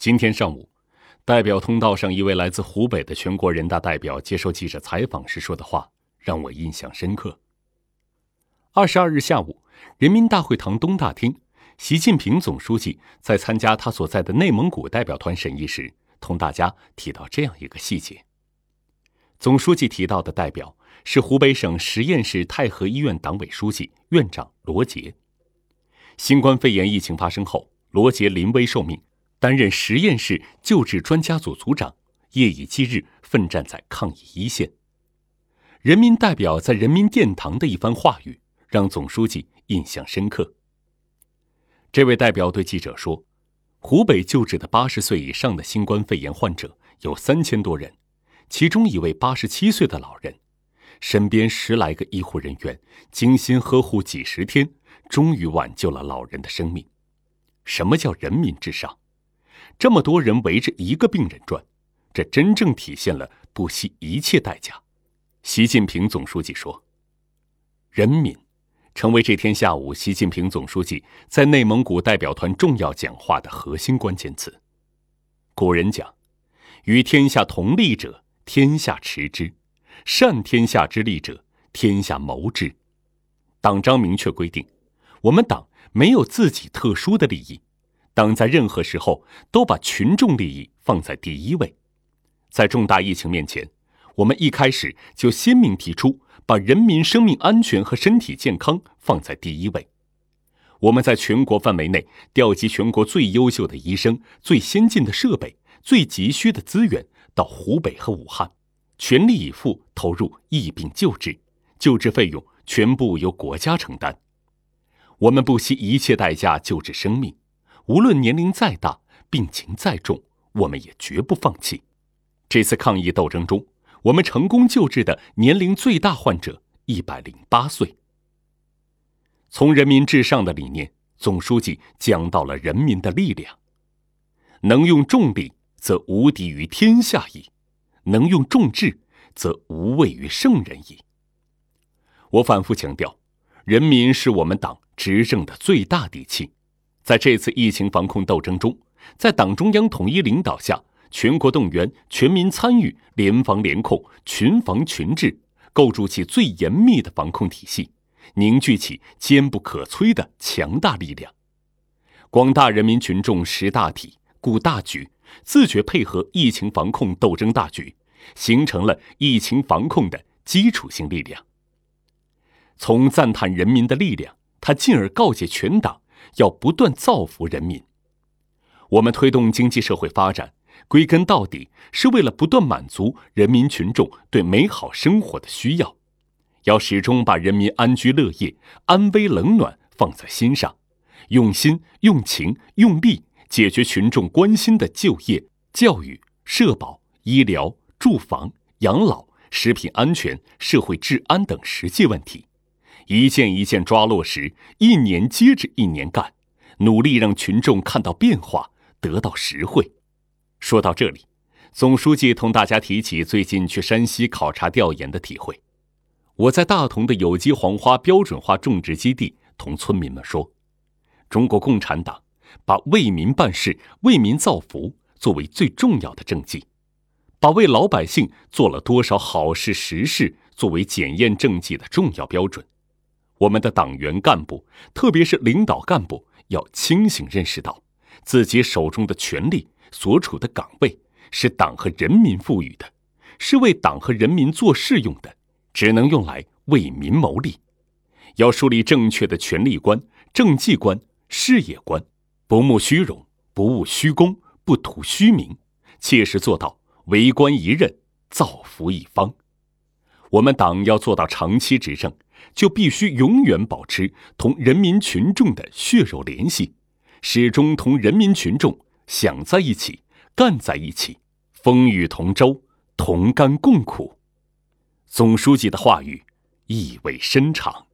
今天上午，代表通道上一位来自湖北的全国人大代表接受记者采访时说的话让我印象深刻。22日下午，人民大会堂东大厅，习近平总书记在参加他所在的内蒙古代表团审议时，同大家提到这样一个细节。总书记提到的代表是湖北省十堰市太和医院党委书记、院长罗杰。新冠肺炎疫情发生后，罗杰临危受命，担任十堰市救治专家组组长，夜以继日奋战在抗疫一线。人民代表在人民殿堂的一番话语让总书记印象深刻。这位代表对记者说，湖北救治的80岁以上的新冠肺炎患者有3000多人，其中一位87岁的老人，身边10来个医护人员精心呵护几十天，终于挽救了老人的生命。什么叫人民至上？这么多人围着一个病人转，这真正体现了不惜一切代价。习近平总书记说，人民成为这天下午习近平总书记在内蒙古代表团重要讲话的核心关键词。古人讲，与天下同利者，天下持之；善天下之利者，天下谋之。党章明确规定，我们党没有自己特殊的利益，党在任何时候都把群众利益放在第一位。在重大疫情面前，我们一开始就鲜明提出把人民生命安全和身体健康放在第一位。我们在全国范围内调集全国最优秀的医生、最先进的设备、最急需的资源到湖北和武汉，全力以赴投入疫病救治，救治费用全部由国家承担。我们不惜一切代价救治生命，无论年龄再大，病情再重，我们也绝不放弃。这次抗疫斗争中，我们成功救治的年龄最大患者108岁。从人民至上的理念，总书记讲到了人民的力量。能用重力，则无敌于天下矣；能用重治，则无畏于圣人矣。我反复强调，人民是我们党执政的最大底气。在这次疫情防控斗争中，在党中央统一领导下，全国动员，全民参与，联防联控，群防群治，构筑起最严密的防控体系，凝聚起坚不可摧的强大力量。广大人民群众识大体、顾大局，自觉配合疫情防控斗争大局，形成了疫情防控的基础性力量。从赞叹人民的力量，他进而告诫全党要不断造福人民。我们推动经济社会发展，归根到底是为了不断满足人民群众对美好生活的需要，要始终把人民安居乐业、安危冷暖放在心上，用心、用情、用力解决群众关心的就业、教育、社保、医疗、住房、养老、食品安全、社会治安等实际问题，一件一件抓落实，一年接着一年干，努力让群众看到变化，得到实惠。说到这里，总书记同大家提起最近去山西考察调研的体会。我在大同的有机黄花标准化种植基地同村民们说，中国共产党把为民办事、为民造福作为最重要的政绩，把为老百姓做了多少好事实事作为检验政绩的重要标准。我们的党员干部，特别是领导干部，要清醒认识到，自己手中的权力、所处的岗位是党和人民赋予的，是为党和人民做事用的，只能用来为民谋利。要树立正确的权力观、政绩观、事业观，不慕虚荣，不务虚功，不图虚名，切实做到为官一任，造福一方。我们党要做到长期执政，就必须永远保持同人民群众的血肉联系，始终同人民群众想在一起，干在一起，风雨同舟，同甘共苦。总书记的话语意味深长。